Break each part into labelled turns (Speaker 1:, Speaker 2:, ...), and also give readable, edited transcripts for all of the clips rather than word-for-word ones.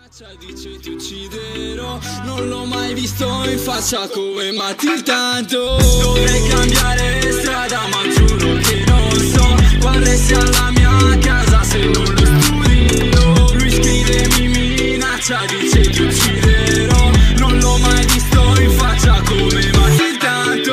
Speaker 1: Dice ti ucciderò, non l'ho mai visto in faccia come Matilda tanto. Dovrei cambiare strada ma giuro che non so quale sia la mia casa se non lo studio. Lui scrive mi minaccia, dice ti ucciderò, non l'ho mai visto in faccia come Matilda tanto.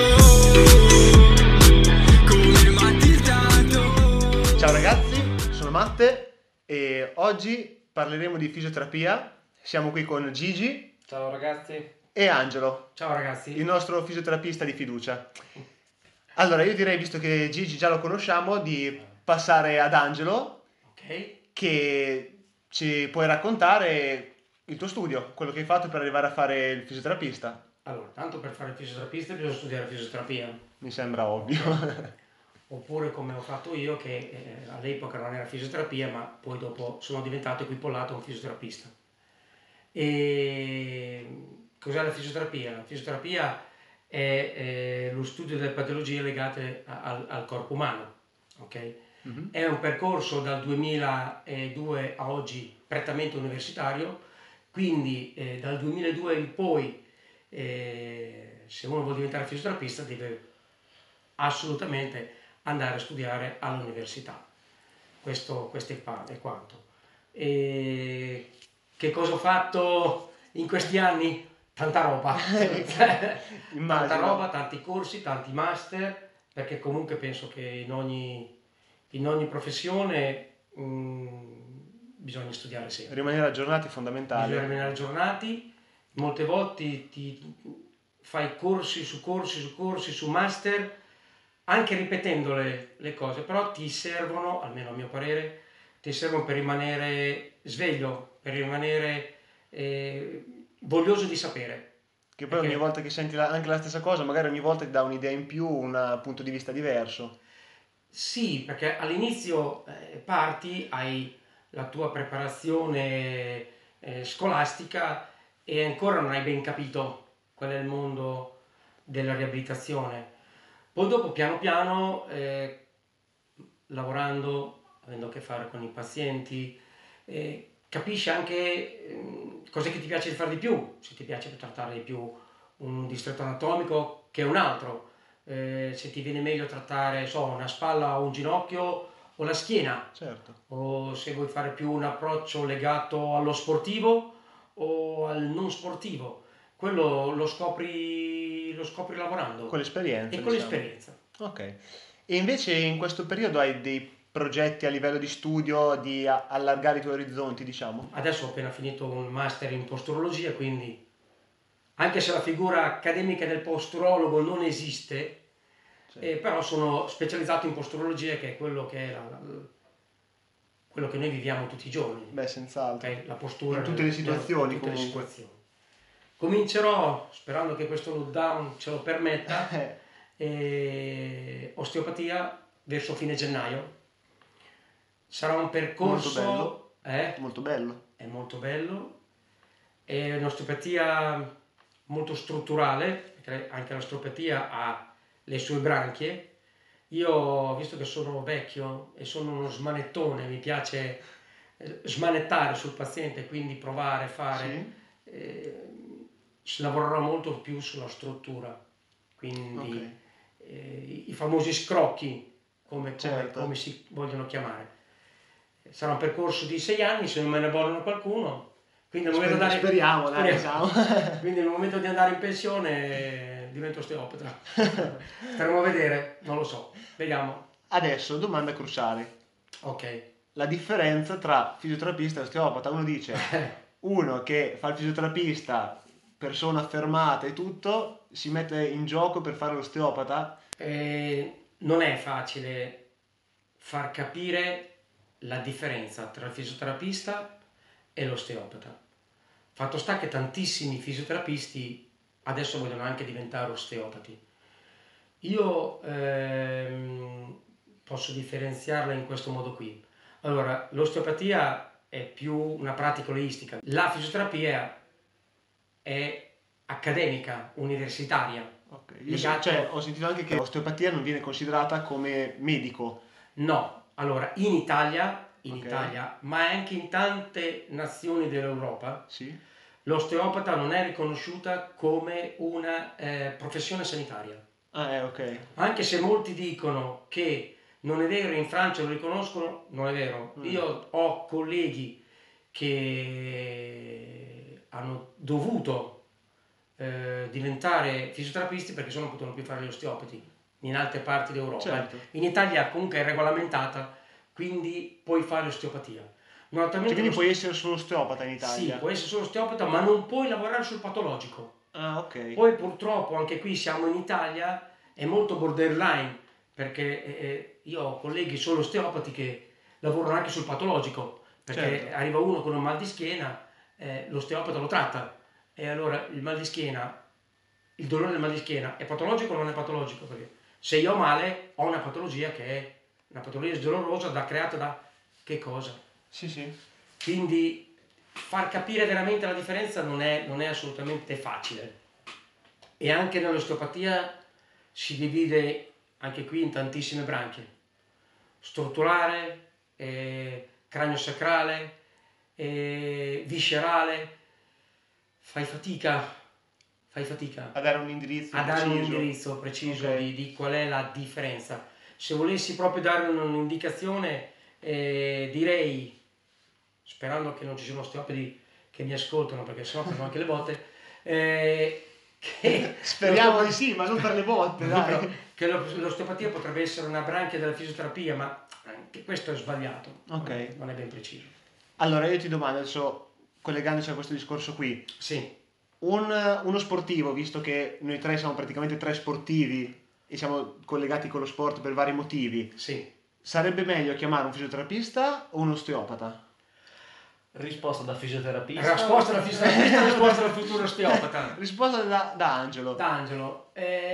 Speaker 1: Come Matilda tanto.
Speaker 2: Ciao ragazzi, sono Matte e oggi parleremo di fisioterapia. Siamo qui con Gigi.
Speaker 3: Ciao ragazzi.
Speaker 2: E Angelo.
Speaker 3: Ciao ragazzi.
Speaker 2: Il nostro fisioterapista di fiducia. Allora io direi, visto che Gigi già lo conosciamo, di passare ad Angelo,
Speaker 3: Ok.
Speaker 2: che ci puoi raccontare il tuo studio, quello che hai fatto per arrivare a fare il fisioterapista.
Speaker 3: Allora, tanto per fare il fisioterapista bisogna studiare fisioterapia.
Speaker 2: Mi sembra ovvio.
Speaker 3: Oppure come ho fatto io, che all'epoca non era fisioterapia, ma poi dopo sono diventato equipollato a un fisioterapista. E cos'è la fisioterapia? La fisioterapia è lo studio delle patologie legate al corpo umano, ok?
Speaker 2: Mhm.
Speaker 3: È un percorso dal 2002 a oggi prettamente universitario, quindi dal 2002 in poi se uno vuole diventare fisioterapista deve assolutamente andare a studiare all'università. Questo è quanto. E che cosa ho fatto in questi anni? Tanta roba. Tanta
Speaker 2: Immagino.
Speaker 3: roba, tanti corsi, tanti master, perché comunque penso che in ogni professione bisogna studiare sempre.
Speaker 2: Rimanere aggiornati è fondamentale.
Speaker 3: Bisogna rimanere aggiornati. Molte volte ti fai corsi su master, anche ripetendo le cose, però ti servono, almeno a mio parere, ti servono per rimanere sveglio, per rimanere voglioso di sapere.
Speaker 2: Che poi
Speaker 3: Perché-
Speaker 2: ogni volta che senti anche la stessa cosa, magari ogni volta ti dà un'idea in più, un punto di vista diverso.
Speaker 3: Sì, perché all'inizio parti, hai la tua preparazione scolastica e ancora non hai ben capito qual è il mondo della riabilitazione. Poi dopo piano piano, lavorando, avendo a che fare con i pazienti, capisci anche cos'è che ti piace fare di più, se ti piace trattare di più un distretto anatomico che un altro, se ti viene meglio trattare una spalla o un ginocchio o la schiena,
Speaker 2: Certo.
Speaker 3: o se vuoi fare più un approccio legato allo sportivo o al non sportivo. Quello lo scopri lavorando
Speaker 2: Con l'esperienza.
Speaker 3: e con
Speaker 2: diciamo.
Speaker 3: l'esperienza.
Speaker 2: Ok. E invece in questo periodo hai dei progetti a livello di studio di allargare i tuoi orizzonti, diciamo?
Speaker 3: Adesso ho appena finito un master in posturologia, quindi anche se la figura accademica del posturologo non esiste,
Speaker 2: Sì.
Speaker 3: però sono specializzato in posturologia, che è quello che noi viviamo tutti i giorni.
Speaker 2: Beh, senz'altro.
Speaker 3: Ok? La postura
Speaker 2: In tutte le situazioni,
Speaker 3: in tutte le
Speaker 2: comunque.
Speaker 3: situazioni. Comincerò, sperando che questo lockdown ce lo permetta, osteopatia verso fine gennaio. Sarà un percorso
Speaker 2: Molto Molto bello.
Speaker 3: è molto bello, è un'osteopatia molto strutturale, perché anche l'osteopatia ha le sue branchie. Io, visto che sono vecchio e sono uno smanettone, mi piace smanettare sul paziente, quindi provare, fare, si lavorerà molto più sulla struttura, quindi i famosi scrocchi,
Speaker 2: Certo.
Speaker 3: come si vogliono chiamare. Sarà un percorso di 6 anni, se non me ne vogliono qualcuno, quindi nel momento di andare-
Speaker 2: Speriamo, dai,
Speaker 3: speriamo.
Speaker 2: diciamo.
Speaker 3: Quindi nel momento di andare in pensione divento osteopata. Staremo a vedere, non lo so, vediamo.
Speaker 2: Adesso, domanda cruciale.
Speaker 3: Ok.
Speaker 2: La differenza tra fisioterapista e osteopata. Uno dice, uno che fa il fisioterapista, persona affermata e tutto, si mette in gioco per fare l'osteopata.
Speaker 3: Non è facile far capire la differenza tra il fisioterapista e l'osteopata. Fatto sta che tantissimi fisioterapisti adesso vogliono anche diventare osteopati. Io posso differenziarla in questo modo qui. Allora, l'osteopatia è più una pratica olistica, la fisioterapia è accademica, universitaria.
Speaker 2: Ok.
Speaker 3: Legato-
Speaker 2: Ho sentito anche che l'osteopatia non viene considerata come medico.
Speaker 3: No, allora in Italia in
Speaker 2: Ok.
Speaker 3: Italia, ma anche in tante nazioni dell'Europa,
Speaker 2: Sì.
Speaker 3: l'osteopata non è riconosciuta come una professione sanitaria.
Speaker 2: Ah, ok.
Speaker 3: Anche se molti dicono che non è vero, in Francia lo riconoscono, non è vero. Io ho colleghi che hanno dovuto diventare fisioterapisti perché se no non potevano più fare gli osteopati in altre parti d'Europa.
Speaker 2: Certo.
Speaker 3: In Italia comunque è regolamentata, quindi puoi fare osteopatia.
Speaker 2: Cioè,
Speaker 3: Naturalmente
Speaker 2: quindi
Speaker 3: lo-
Speaker 2: puoi essere solo osteopata in
Speaker 3: sì,
Speaker 2: Italia?
Speaker 3: puoi essere solo osteopata, ma non puoi lavorare sul patologico.
Speaker 2: Ah, ok.
Speaker 3: Poi purtroppo anche qui siamo in Italia, è molto borderline, perché io ho colleghi solo osteopati che lavorano anche sul patologico, perché
Speaker 2: Certo.
Speaker 3: arriva uno con un mal di schiena, l'osteopata lo tratta, e allora il mal di schiena, il dolore del mal di schiena è patologico o non è patologico? Perché se io ho male ho una patologia che è una patologia dolorosa creata da che cosa?
Speaker 2: Sì, sì.
Speaker 3: Quindi far capire veramente la differenza non è assolutamente facile. E anche nell'osteopatia si divide anche qui in tantissime branche: strutturale, craniosacrale, viscerale. Fai fatica
Speaker 2: A dare un indirizzo
Speaker 3: a dare un
Speaker 2: preciso.
Speaker 3: indirizzo preciso
Speaker 2: Ok.
Speaker 3: di qual è la differenza. Se volessi proprio dare un'indicazione, direi, sperando che non ci siano osteopati che mi ascoltano, perché sennò fanno anche le botte, che
Speaker 2: Speriamo di sì, ma non per le botte, dai.
Speaker 3: che l'osteopatia potrebbe essere una branca della fisioterapia, ma anche questo è sbagliato.
Speaker 2: Ok.
Speaker 3: Non è ben preciso.
Speaker 2: Allora io ti domando adesso, collegandoci a questo discorso qui,
Speaker 3: Sì,
Speaker 2: uno sportivo, visto che noi tre siamo praticamente tre sportivi e siamo collegati con lo sport per vari motivi,
Speaker 3: sì.
Speaker 2: sarebbe meglio chiamare un fisioterapista o un osteopata?
Speaker 4: Risposta da fisioterapista.
Speaker 3: Risposta alla fisioterapista, risposta al futuro osteopata.
Speaker 2: Risposta da Angelo.
Speaker 3: D'Angelo,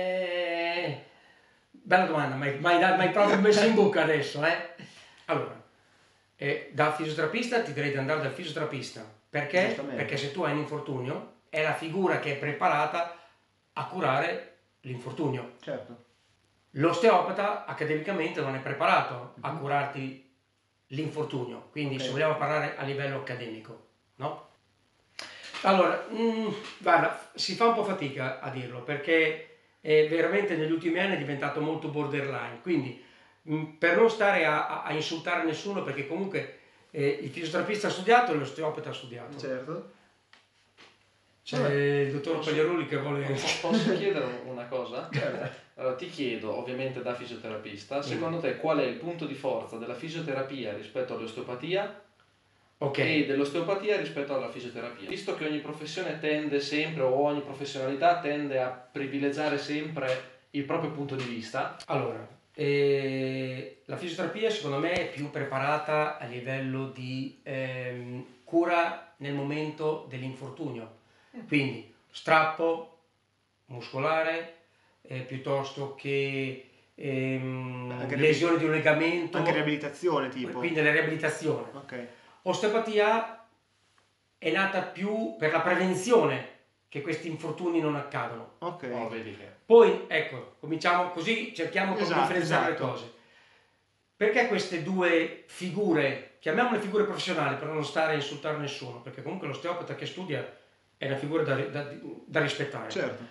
Speaker 3: bella domanda, m'hai proprio messo in bocca adesso, Allora, da fisioterapista ti direi di andare dal fisioterapista. Perché?
Speaker 2: Giustamente.
Speaker 3: Perché se tu hai un infortunio, è la figura che è preparata a curare l'infortunio.
Speaker 2: Certo.
Speaker 3: L'osteopata accademicamente non è preparato a curarti l'infortunio, quindi
Speaker 2: Ok.
Speaker 3: se vogliamo parlare a livello accademico, no? Allora, guarda, si fa un po' fatica a dirlo perché veramente negli ultimi anni è diventato molto borderline, quindi per non stare a insultare nessuno, perché comunque il fisioterapista ha studiato e l'osteopata ha studiato.
Speaker 2: Certo.
Speaker 3: C'è il dottor Pagliarulli che vuole...
Speaker 4: Posso chiedere una cosa? Allora, ti chiedo, ovviamente da fisioterapista, secondo te qual è il punto di forza della fisioterapia rispetto all'osteopatia
Speaker 3: Ok.
Speaker 4: e dell'osteopatia rispetto alla fisioterapia? Visto che ogni professione tende sempre, o ogni professionalità tende a privilegiare sempre il proprio punto di vista.
Speaker 3: Allora, la fisioterapia secondo me è più preparata a livello di cura nel momento dell'infortunio, quindi strappo muscolare piuttosto che
Speaker 2: Anche
Speaker 3: lesione di un legamento,
Speaker 2: Anche riabilitazione, tipo.
Speaker 3: quindi la riabilitazione.
Speaker 2: Ok.
Speaker 3: Osteopatia è nata più per la prevenzione che questi infortuni non accadano.
Speaker 2: Ok.
Speaker 4: Oh, vedi che...
Speaker 3: Poi, ecco, cominciamo così, cerchiamo di
Speaker 2: Esatto,
Speaker 3: differenziare
Speaker 2: esatto.
Speaker 3: le cose. Perché queste due figure, chiamiamole figure professionali per non stare a insultare nessuno, perché comunque l'osteopata che studia è una figura da rispettare,
Speaker 2: Certo.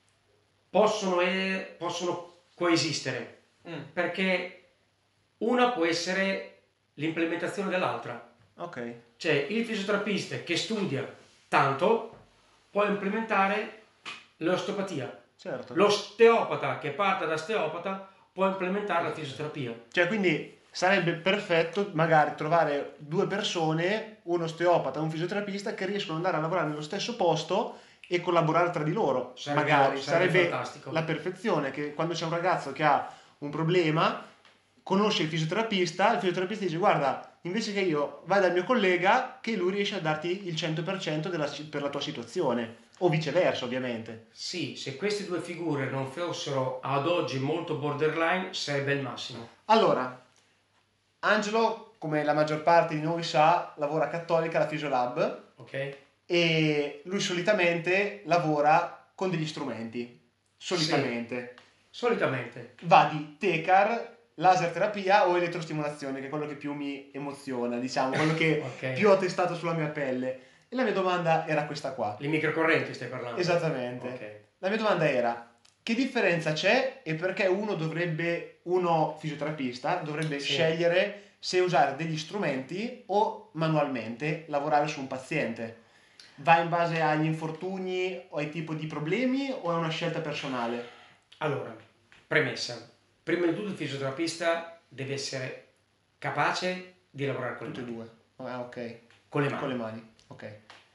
Speaker 3: possono coesistere, perché una può essere l'implementazione dell'altra.
Speaker 2: Ok.
Speaker 3: Cioè il fisioterapista che studia tanto può implementare l'osteopatia.
Speaker 2: Certo.
Speaker 3: L'osteopata che parte da osteopata può implementare la fisioterapia.
Speaker 2: Cioè, quindi sarebbe perfetto magari trovare due persone, un osteopata e un fisioterapista, che riescono ad andare a lavorare nello stesso posto e collaborare tra di loro.
Speaker 3: Sarebbe
Speaker 2: Sarebbe
Speaker 3: fantastico.
Speaker 2: la perfezione, che quando c'è un ragazzo che ha un problema, conosce il fisioterapista dice: guarda, invece che io vai dal mio collega, che lui riesce a darti il 100% per la tua situazione, o viceversa, ovviamente.
Speaker 3: Sì, se queste due figure non fossero ad oggi molto borderline, sarebbe il massimo.
Speaker 2: Allora, Angelo, come la maggior parte di noi sa, lavora a Cattolica alla Fisiolab,
Speaker 3: Ok?
Speaker 2: e lui solitamente lavora con degli strumenti. Solitamente.
Speaker 3: Solitamente.
Speaker 2: Va di Tecar, laser terapia o elettrostimolazione, che è quello che più mi emoziona, diciamo, quello che
Speaker 3: Ok.
Speaker 2: più ho testato sulla mia pelle. E la mia domanda era questa qua.
Speaker 3: Le microcorrenti stai parlando?
Speaker 2: Esattamente.
Speaker 3: Ok.
Speaker 2: La mia domanda era: che differenza c'è e perché uno fisioterapista dovrebbe
Speaker 3: Sì.
Speaker 2: scegliere se usare degli strumenti o manualmente lavorare su un paziente? Va in base agli infortuni o ai tipi di problemi o è una scelta personale?
Speaker 3: Allora, premessa. Prima di tutto il fisioterapista deve essere capace di lavorare con le
Speaker 2: Tutte e
Speaker 3: mani.
Speaker 2: due. Ah, ok.
Speaker 3: Con le mani.
Speaker 2: Con le mani. Ok.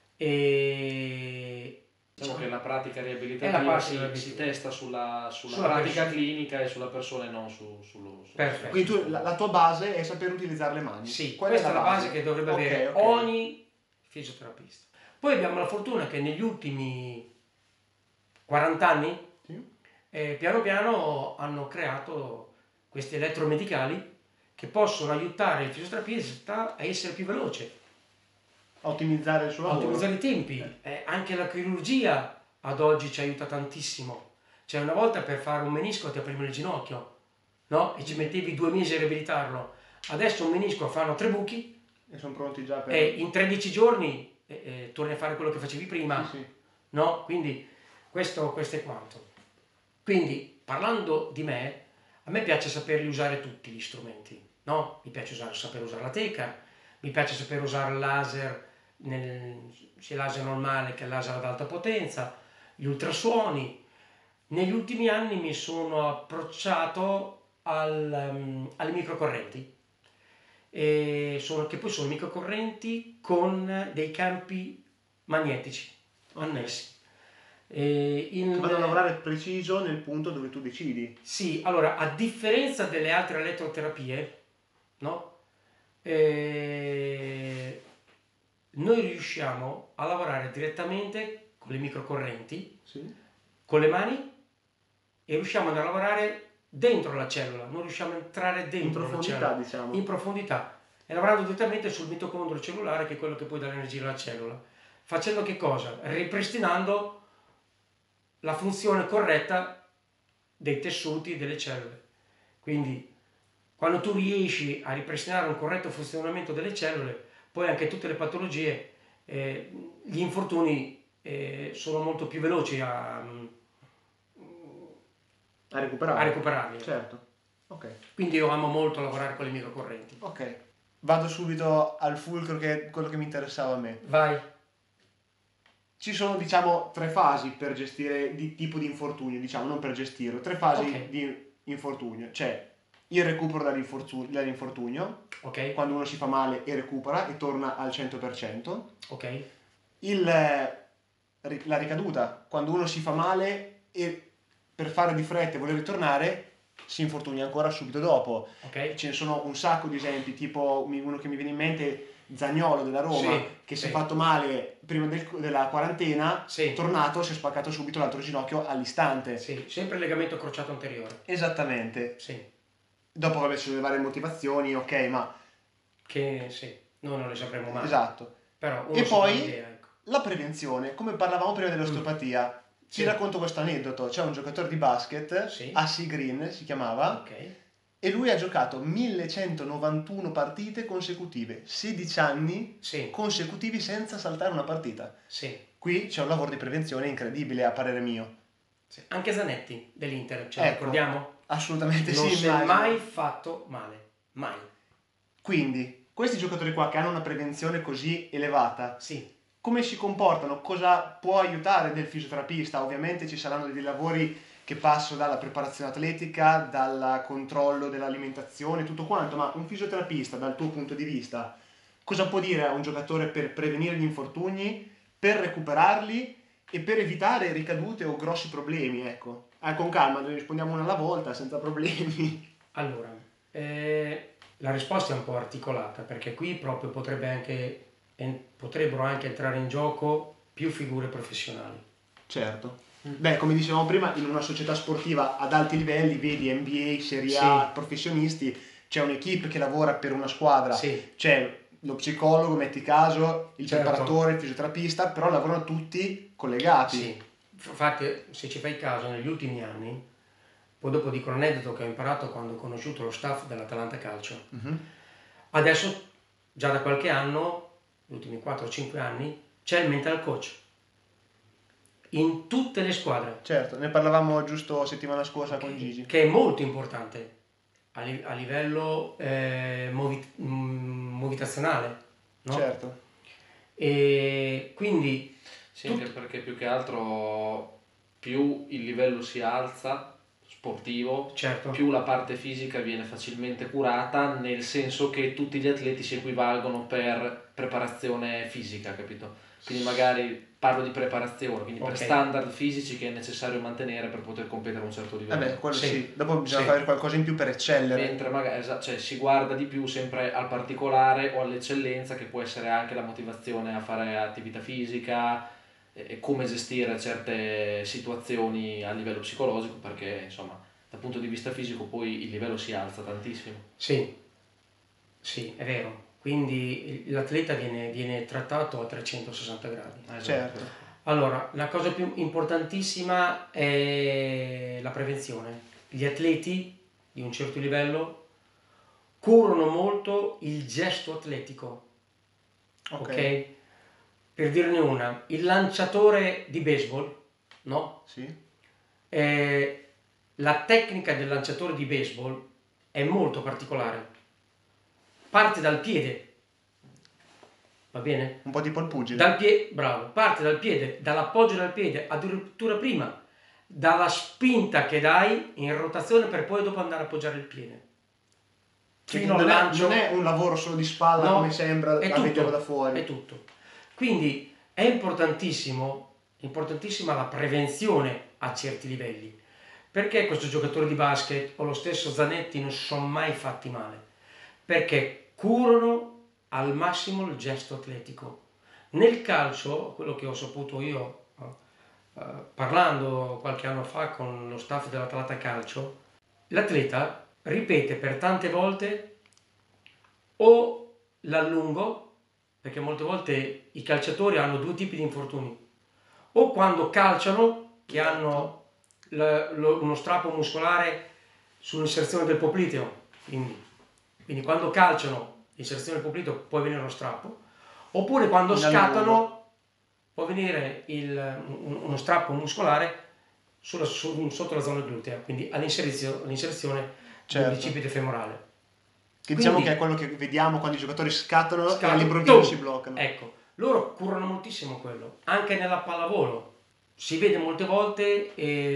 Speaker 3: E...
Speaker 4: Diciamo che la pratica
Speaker 3: È la
Speaker 4: riabilitativa
Speaker 3: pratica
Speaker 4: si
Speaker 3: riabilitativa.
Speaker 4: testa sulla
Speaker 3: Sulla
Speaker 4: pratica
Speaker 3: persona.
Speaker 4: clinica e sulla persona e non sullo
Speaker 3: Perfetto.
Speaker 2: Quindi tu, la tua base è saper utilizzare le mani.
Speaker 3: Sì,
Speaker 2: Quella
Speaker 3: questa è la base che dovrebbe
Speaker 2: Ok,
Speaker 3: avere
Speaker 2: ok.
Speaker 3: ogni fisioterapista. Poi abbiamo la fortuna che negli ultimi 40 anni
Speaker 2: Sì.
Speaker 3: piano piano hanno creato questi elettromedicali che possono aiutare il fisioterapista a essere più veloce,
Speaker 2: A ottimizzare il suo
Speaker 3: a
Speaker 2: lavoro.
Speaker 3: ottimizzare i tempi. Anche la chirurgia ad oggi ci aiuta tantissimo. Cioè una volta per fare un menisco ti aprivi il ginocchio, no? E ci mettevi 2 mesi a riabilitarlo. Adesso un menisco fanno 3 buchi
Speaker 2: E sono pronti già per...
Speaker 3: e in 13 giorni torni a fare quello che facevi prima.
Speaker 2: Sì, sì.
Speaker 3: No? Quindi questo è quanto. Quindi parlando di me, a me piace saperli usare tutti gli strumenti, no? Mi piace saper usare la teca, mi piace saper usare il laser, sia laser normale che il laser ad alta potenza, gli ultrasuoni. Negli ultimi anni mi sono approcciato alle microcorrenti, che poi sono microcorrenti con dei campi magnetici annessi.
Speaker 2: Che vanno a lavorare preciso nel punto dove tu decidi.
Speaker 3: Sì, allora, a differenza delle altre elettroterapie, no? Noi riusciamo a lavorare direttamente con le microcorrenti,
Speaker 2: Sì.
Speaker 3: con le mani, e riusciamo a lavorare dentro la cellula, non riusciamo a entrare dentro
Speaker 2: In profondità,
Speaker 3: la cellula,
Speaker 2: diciamo.
Speaker 3: in profondità, e lavorando direttamente sul mitocondrio cellulare, che è quello che poi dà l'energia alla cellula. Facendo che cosa? Ripristinando la funzione corretta dei tessuti delle cellule. Quindi quando tu riesci a ripristinare un corretto funzionamento delle cellule, poi anche tutte le patologie, gli infortuni sono molto più veloci a recuperarli.
Speaker 2: Certo. Ok.
Speaker 3: Quindi io amo molto lavorare con le microcorrenti.
Speaker 2: Ok. Vado subito al fulcro, che è quello che mi interessava a me.
Speaker 3: Vai.
Speaker 2: Ci sono, diciamo, 3 fasi per gestire di tipo di infortunio, diciamo, non per gestirlo. 3 fasi
Speaker 3: Ok.
Speaker 2: di infortunio. C'è il recupero dall'infortunio,
Speaker 3: Ok,
Speaker 2: quando uno si fa male e recupera e torna al 100%.
Speaker 3: ok,
Speaker 2: La ricaduta, quando uno si fa male e per fare di fretta e voler ritornare si infortuna ancora subito dopo.
Speaker 3: ok.
Speaker 2: Ce ne sono un sacco di esempi, tipo uno che mi viene in mente, Zaniolo della Roma,
Speaker 3: Sì,
Speaker 2: che si
Speaker 3: sì.
Speaker 2: è fatto male prima della quarantena,
Speaker 3: Sì.
Speaker 2: è tornato, si è spaccato subito l'altro ginocchio all'istante.
Speaker 3: Sì, sempre il legamento crociato anteriore.
Speaker 2: Esattamente.
Speaker 3: Sì,
Speaker 2: Dopo vabbè ci sono le varie motivazioni, ok, ma
Speaker 3: che sì, noi non le sapremo mai.
Speaker 2: esatto.
Speaker 3: Però uno
Speaker 2: E
Speaker 3: si fa
Speaker 2: poi
Speaker 3: un'idea, ecco.
Speaker 2: la prevenzione, come parlavamo prima dell'osteopatia. Ti
Speaker 3: Sì.
Speaker 2: racconto questo aneddoto. C'è un giocatore di basket,
Speaker 3: Sì.
Speaker 2: Assi Green si chiamava,
Speaker 3: Ok,
Speaker 2: e lui ha giocato 1191 partite consecutive, 16 anni
Speaker 3: sì,
Speaker 2: consecutivi senza saltare una partita.
Speaker 3: sì,
Speaker 2: Qui c'è un lavoro di prevenzione incredibile, a parere mio.
Speaker 3: sì. Anche Zanetti dell'Inter, ce lo
Speaker 2: Ecco,
Speaker 3: ricordiamo?
Speaker 2: Assolutamente
Speaker 3: Non
Speaker 2: sì,
Speaker 3: si è
Speaker 2: immagino.
Speaker 3: mai fatto male, mai.
Speaker 2: Quindi, questi giocatori qua che hanno una prevenzione così elevata,
Speaker 3: Sì,
Speaker 2: come si comportano? Cosa può aiutare del fisioterapista? Ovviamente ci saranno dei lavori che passano dalla preparazione atletica, dal controllo dell'alimentazione, tutto quanto, ma un fisioterapista, dal tuo punto di vista, cosa può dire a un giocatore per prevenire gli infortuni, per recuperarli e per evitare ricadute o grossi problemi? Ecco, con calma, ne rispondiamo una alla volta, senza problemi.
Speaker 3: allora, la risposta è un po' articolata, perché qui proprio potrebbero anche entrare in gioco più figure professionali.
Speaker 2: Certo. Beh, come dicevamo prima, in una società sportiva ad alti livelli, vedi NBA, Serie A,
Speaker 3: Sì.
Speaker 2: professionisti, c'è un'equipe che lavora per una squadra,
Speaker 3: Sì.
Speaker 2: c'è lo psicologo, metti caso, il
Speaker 3: Certo.
Speaker 2: preparatore, il fisioterapista, però lavorano tutti collegati.
Speaker 3: Sì, infatti se ci fai caso negli ultimi anni poi dopo dico un aneddoto che ho imparato quando ho conosciuto lo staff dell'Atalanta Calcio. Adesso, già da qualche anno, gli ultimi 4-5 anni, c'è il mental coach in tutte le squadre.
Speaker 2: Certo, ne parlavamo giusto settimana scorsa con Gigi.
Speaker 3: Che è molto importante a livello motivazionale, no?
Speaker 2: Certo.
Speaker 3: E quindi
Speaker 4: Sì, anche perché più che altro più il livello si alza sportivo,
Speaker 3: certo,
Speaker 4: più la parte fisica viene facilmente curata, nel senso che tutti gli atleti si equivalgono per preparazione fisica, capito? Quindi magari parlo di preparazione, quindi per standard fisici che è necessario mantenere per poter competere a un certo livello.
Speaker 2: Quello sì. Dopo bisogna fare qualcosa in più per eccellere.
Speaker 4: Mentre magari cioè, si guarda di più sempre al particolare o all'eccellenza, che può essere anche la motivazione a fare attività fisica e come gestire certe situazioni a livello psicologico, perché insomma dal punto di vista fisico poi il livello si alza tantissimo.
Speaker 3: Sì, è vero. Quindi l'atleta viene trattato a 360 gradi.
Speaker 2: Certo.
Speaker 3: Allora, la cosa più importantissima è la prevenzione. Gli atleti di un certo livello curano molto il gesto atletico. Ok? Per dirne una, il lanciatore di baseball, no?
Speaker 2: Sì.
Speaker 3: La tecnica del lanciatore di baseball è molto particolare. Parte dal piede, va bene?
Speaker 2: Un po' tipo il pugile.
Speaker 3: Dal bravo, parte dal piede, dall'appoggio del piede, addirittura prima, dalla spinta che dai in rotazione per poi dopo andare a appoggiare il piede. Fino al lancio.
Speaker 2: Non è un lavoro solo di spalla, no, come sembra a vederlo da fuori.
Speaker 3: È tutto. Quindi è importantissima la prevenzione a certi livelli. Perché questo giocatore di basket o lo stesso Zanetti non si sono mai fatti male? Perché curano al massimo il gesto atletico. Nel calcio, quello che ho saputo io parlando qualche anno fa con lo staff dell'Atalanta Calcio, l'atleta ripete per tante volte o l'allungo, perché molte volte i calciatori hanno due tipi di infortuni, o quando calciano che hanno uno strappo muscolare sull'inserzione del popliteo, quindi quando calciano l'inserzione del popliteo può venire uno strappo, oppure quando scattano può venire uno strappo muscolare sotto la zona glutea, quindi all'inserzione del bicipite femorale.
Speaker 2: Che diciamo che è quello che vediamo quando i giocatori scattano e all'improvviso si bloccano.
Speaker 3: Ecco, loro curano moltissimo quello. Anche nella pallavolo si vede molte volte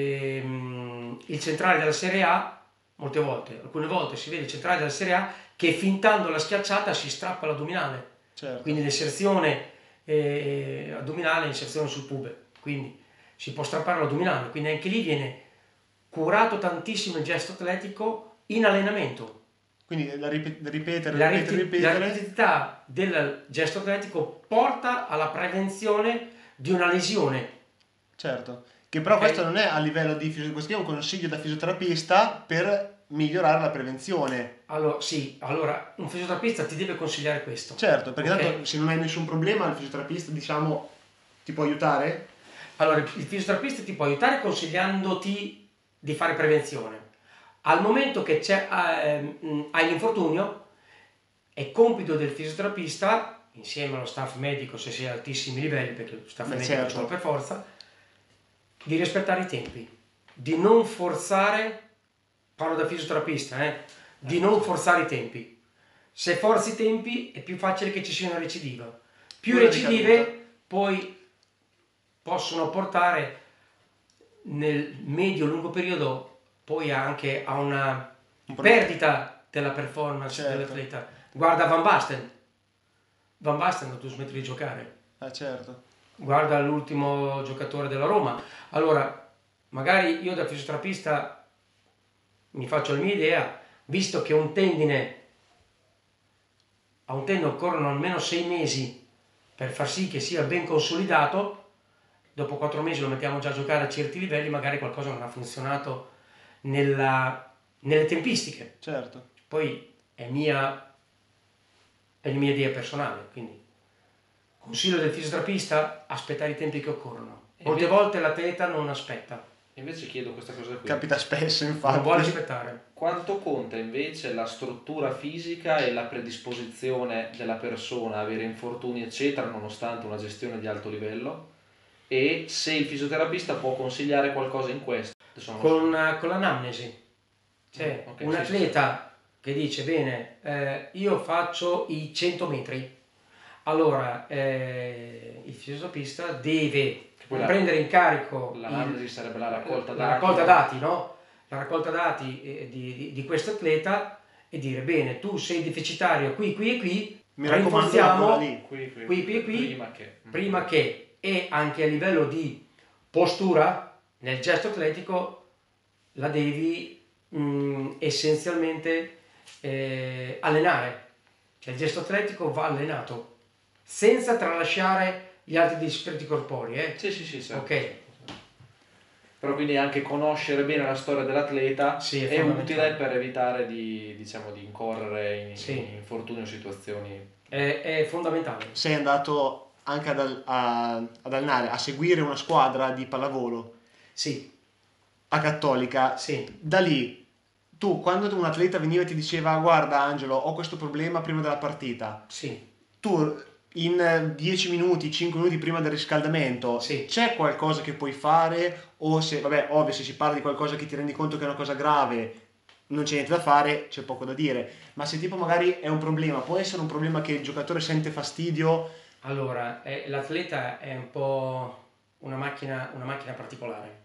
Speaker 3: il centrale della Serie A, alcune volte si vede il centrale della Serie A che fintando la schiacciata si strappa l'addominale.
Speaker 2: Certo.
Speaker 3: Quindi l'inserzione addominale, l'inserzione sul pube. Quindi si può strappare l'addominale. Quindi anche lì viene curato tantissimo il gesto atletico in allenamento.
Speaker 2: Quindi la ripetere.
Speaker 3: La ripetitività del gesto atletico porta alla prevenzione di una lesione.
Speaker 2: Certo, che però questo non è a livello di questo è un consiglio da fisioterapista per migliorare la prevenzione.
Speaker 3: Allora un fisioterapista ti deve consigliare questo.
Speaker 2: Certo, perché tanto se non hai nessun problema il fisioterapista ti può aiutare?
Speaker 3: Allora il fisioterapista ti può aiutare consigliandoti di fare prevenzione. Al momento che hai l'infortunio, è compito del fisioterapista, insieme allo staff medico se si è a altissimi livelli, perché lo staff medico ci vuole per forza, di rispettare i tempi, di non forzare, parlo da fisioterapista, di non forzare i tempi. Se forzi i tempi è più facile che ci sia una recidiva. Più recidive poi possono portare nel medio-lungo periodo poi anche a una perdita della performance dell'atleta. Guarda Van Basten ha dovuto smettere di giocare.
Speaker 2: Certo.
Speaker 3: Guarda l'ultimo giocatore della Roma. Allora, magari io da fisioterapista mi faccio la mia idea, visto che a un tendine occorrono almeno 6 mesi per far sì che sia ben consolidato, dopo 4 mesi lo mettiamo già a giocare a certi livelli, magari qualcosa non ha funzionato nelle tempistiche.
Speaker 2: Certo.
Speaker 3: Poi è la mia idea personale, quindi consiglio del fisioterapista: aspettare i tempi che occorrono. Molte volte l'atleta non aspetta.
Speaker 4: Invece chiedo questa cosa qui.
Speaker 2: Capita spesso, infatti.
Speaker 3: Non vuole aspettare.
Speaker 4: Quanto conta invece la struttura fisica e la predisposizione della persona a avere infortuni eccetera, nonostante una gestione di alto livello? E se il fisioterapista può consigliare qualcosa in questo?
Speaker 3: Con l'anamnesi. Cioè,
Speaker 4: Okay,
Speaker 3: un atleta che dice, bene, io faccio i 100 metri, allora il fisioterapista deve prendere in carico
Speaker 4: l'analisi sarebbe la raccolta dati.
Speaker 3: La raccolta dati, no? La raccolta dati di questo atleta e dire, bene, tu sei deficitario qui e qui,
Speaker 2: mi raccomando
Speaker 3: qui e qui, prima che, e anche a livello di postura nel gesto atletico la devi essenzialmente allenare. Cioè il gesto atletico va allenato senza tralasciare gli altri discreti corporei.
Speaker 4: Sì.
Speaker 3: Ok.
Speaker 4: Però quindi anche conoscere bene la storia dell'atleta è utile per evitare di incorrere in infortuni o situazioni.
Speaker 3: È fondamentale.
Speaker 2: Sei andato anche ad allenare, a seguire una squadra di pallavolo?
Speaker 3: Sì.
Speaker 2: A Cattolica?
Speaker 3: Sì.
Speaker 2: Da lì, tu quando un atleta veniva e ti diceva, guarda Angelo, ho questo problema prima della partita.
Speaker 3: Sì.
Speaker 2: Tu in 10 minuti, 5 minuti prima del riscaldamento, c'è qualcosa che puoi fare? O se, vabbè, ovvio, se si parla di qualcosa che ti rendi conto che è una cosa grave, non c'è niente da fare, c'è poco da dire. Ma se tipo magari è un problema, può essere un problema che il giocatore sente fastidio?
Speaker 3: Allora, l'atleta è un po' una macchina particolare.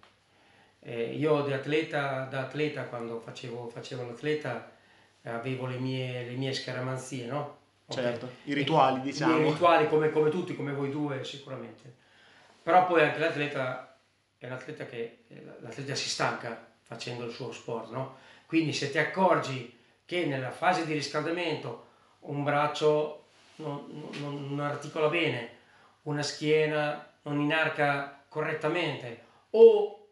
Speaker 3: Io da atleta, quando facevo l'atleta, avevo le mie scaramanzie, no?
Speaker 2: Certo, i rituali, diciamo.
Speaker 3: I rituali come tutti, come voi due sicuramente. Però poi anche l'atleta è l'atleta si stanca facendo il suo sport, no? Quindi se ti accorgi che nella fase di riscaldamento un braccio non articola bene, una schiena non inarca correttamente o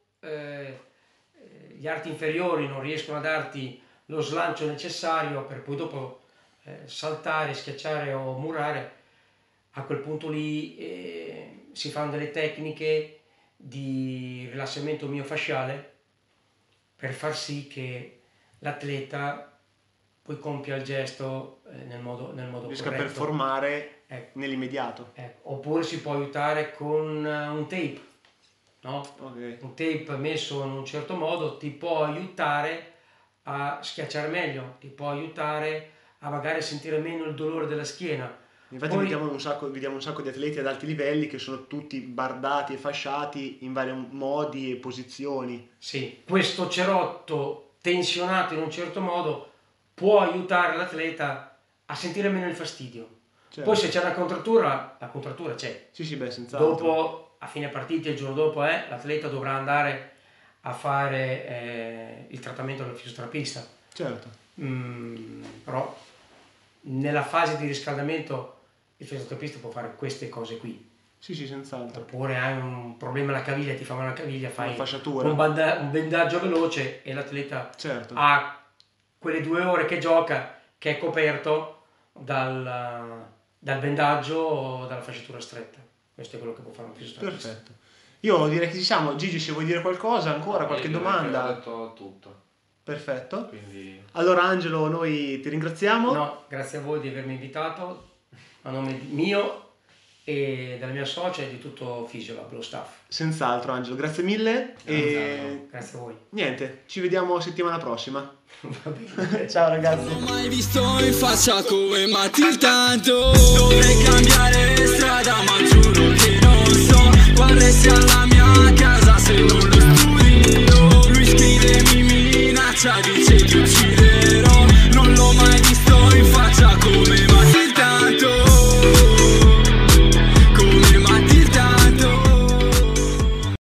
Speaker 3: gli arti inferiori non riescono a darti lo slancio necessario per poi dopo saltare, schiacciare o murare, a quel punto lì si fanno delle tecniche di rilassamento miofasciale per far sì che l'atleta poi compia il gesto nel modo
Speaker 2: riesca
Speaker 3: corretto.
Speaker 2: A performare nell'immediato.
Speaker 3: Oppure si può aiutare con un tape, no?
Speaker 2: Okay.
Speaker 3: Un tape messo in un certo modo ti può aiutare a schiacciare meglio, ti può aiutare a magari sentire meno il dolore della schiena.
Speaker 2: Infatti vediamo un sacco di atleti ad alti livelli che sono tutti bardati e fasciati in vari modi e posizioni. Sì,
Speaker 3: questo cerotto tensionato in un certo modo può aiutare l'atleta a sentire meno il fastidio. Certo. Poi se c'è una contrattura, la contrattura c'è.
Speaker 2: Sì, beh, senz'altro.
Speaker 3: Dopo, a fine partita, il giorno dopo, l'atleta dovrà andare a fare il trattamento del fisioterapista.
Speaker 2: Certo.
Speaker 3: Però nella fase di riscaldamento il fisioterapista può fare queste cose qui.
Speaker 2: Sì, senz'altro.
Speaker 3: Oppure hai un problema alla caviglia, ti fa male la caviglia, fai
Speaker 2: fasciatura,
Speaker 3: un bendaggio veloce e l'atleta ha quelle 2 ore che gioca che è coperto dal bendaggio o dalla fasciatura stretta. Questo è quello che può fare un fisioterapista.
Speaker 2: Perfetto. Io direi che ci siamo. Gigi, se vuoi dire qualcosa ancora, qualche domanda?
Speaker 4: Ho detto tutto.
Speaker 2: Perfetto.
Speaker 4: Quindi...
Speaker 2: Allora Angelo, noi ti ringraziamo.
Speaker 3: No, grazie a voi di avermi invitato, a nome mio e della mia socia e di tutto Fisiolab, lo staff.
Speaker 2: Senz'altro Angelo, grazie mille.
Speaker 3: Grazie a voi.
Speaker 2: Niente, ci vediamo settimana prossima.
Speaker 3: Va bene.
Speaker 2: Ciao ragazzi.
Speaker 1: Non l'ho mai visto in faccia come Matti tanto. Dovrei cambiare strada ma giuro che non so quale sia la mia casa se non lo studio. Lui scrive mi minaccia di